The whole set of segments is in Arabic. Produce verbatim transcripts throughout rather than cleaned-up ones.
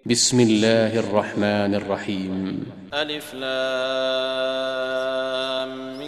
بسم الله الرحمن الرحيم. ألف لام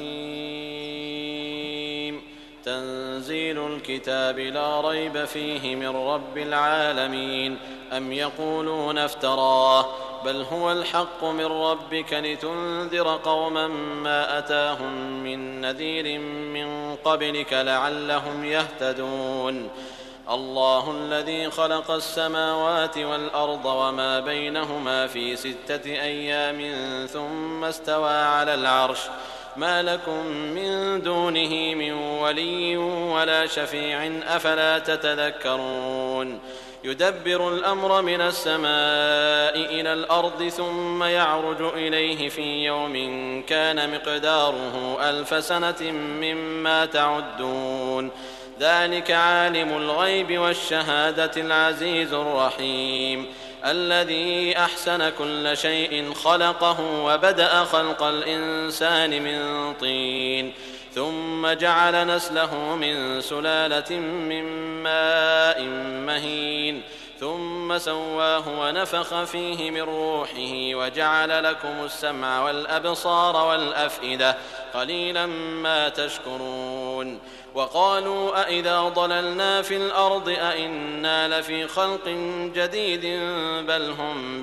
ميم. تنزيل الكتاب لا ريب فيه من رب العالمين. أم يقولون افتراه بل هو الحق من ربك لتنذر قوما ما أتاهم من نذير من قبلك لعلهم يهتدون. الله الذي خلق السماوات والأرض وما بينهما في ستة أيام ثم استوى على العرش ما لكم من دونه من ولي ولا شفيع أفلا تتذكرون. يدبر الأمر من السماء إلى الأرض ثم يعرج إليه في يوم كان مقداره ألف سنة مما تعدون. ذلك عالم الغيب والشهادة العزيز الرحيم الذي أحسن كل شيء خلقه وبدأ خلق الإنسان من طين ثم جعل نسله من سلالة من ماء مهين ثم سواه ونفخ فيه من روحه وجعل لكم السمع والأبصار والأفئدة قليلا ما تشكرون. وقالوا أئذا ضللنا في الأرض أئنا لفي خلق جديد بل هم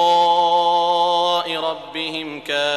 بلقاء ربهم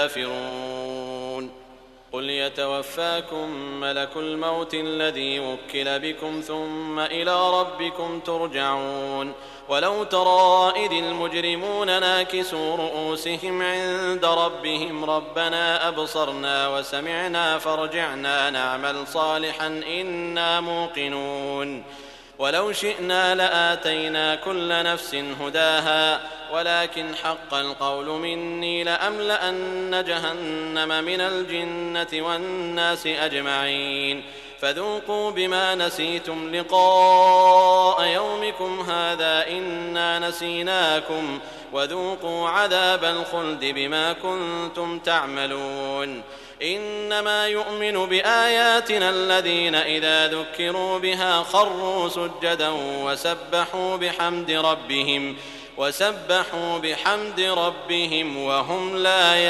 كافرون. قل يتوفاكم ملك الموت الذي وكل بكم ثم إلى ربكم ترجعون. ولو ترى إذ المجرمون ناكسوا رؤوسهم عند ربهم ربنا أبصرنا وسمعنا فارجعنا نعمل صالحا إنا موقنون. ولو شئنا لآتينا كل نفس هداها ولكن حق القول مني لأملأن جهنم من الجنة والناس أجمعين. فذوقوا بما نسيتم لقاء يومكم هذا إنا نسيناكم وذوقوا عذاب الخلد بما كنتم تعملون. إنما يؤمن بآياتنا الذين إذا ذكروا بها خروا سجدا وسبحوا بحمد ربهم وسبحوا بحمد ربهم وهم لا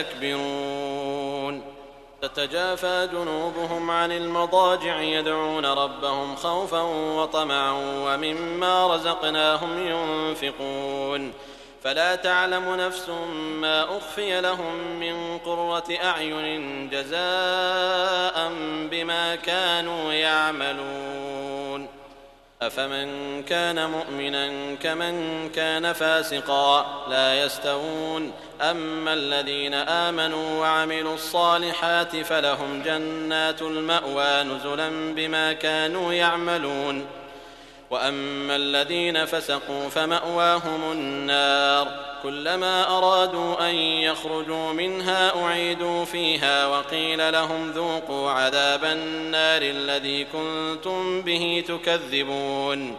يستكبرون. تتجافى جنوبهم عن المضاجع يدعون ربهم خوفا وطمعا ومما رزقناهم ينفقون. فلا تعلم نفس ما أخفي لهم من قرة أعين جزاء بما كانوا يعملون. أفمن كان مؤمنا كمن كان فاسقا لا يستوون. أما الذين آمنوا وعملوا الصالحات فلهم جنات المأوى نزلا بما كانوا يعملون. وأما الذين فسقوا فمأواهم النار كلما أرادوا أن يخرجوا منها أعيدوا فيها وقيل لهم ذوقوا عذاب النار الذي كنتم به تكذبون.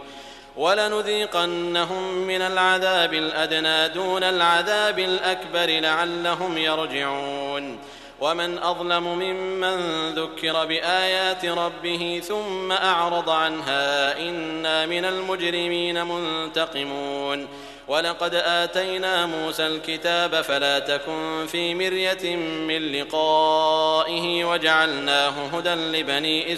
ولنذيقنهم من العذاب الأدنى دون العذاب الأكبر لعلهم يرجعون. ومن أظلم ممن ذكر بآيات ربه ثم أعرض عنها إنا من المجرمين منتقمون. ولقد آتينا موسى الكتاب فلا تكن في مرية من لقائه وجعلناه هدى لبني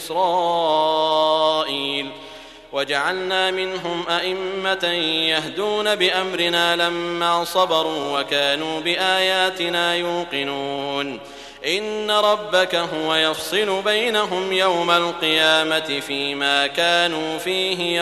إسرائيل وجعلنا منهم أئمة يهدون بأمرنا لما صبروا وكانوا بآياتنا يوقنون. إن ربك هو يفصل بينهم يوم القيامة فيما كانوا فيه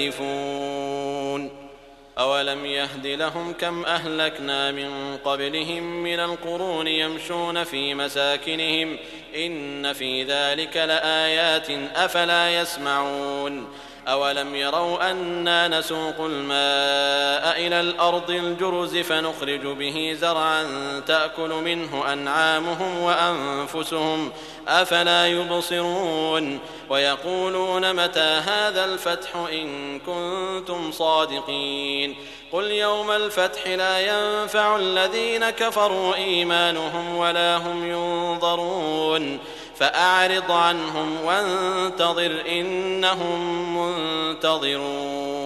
يختلفون. أولم يهد لهم كم أهلكنا من قبلهم من القرون يمشون في مساكنهم إن في ذلك لآيات أفلا يسمعون. أولم يروا أنا نسوق الماء إلى الأرض الجرز فنخرج به زرعا تأكل منه أنعامهم وأنفسهم أفلا يبصرون. ويقولون متى هذا الفتح إن كنتم صادقين. قل يوم الفتح لا ينفع الذين كفروا إيمانهم ولا هم ينظرون. فأعرض عنهم وانتظر إنهم منتظرون.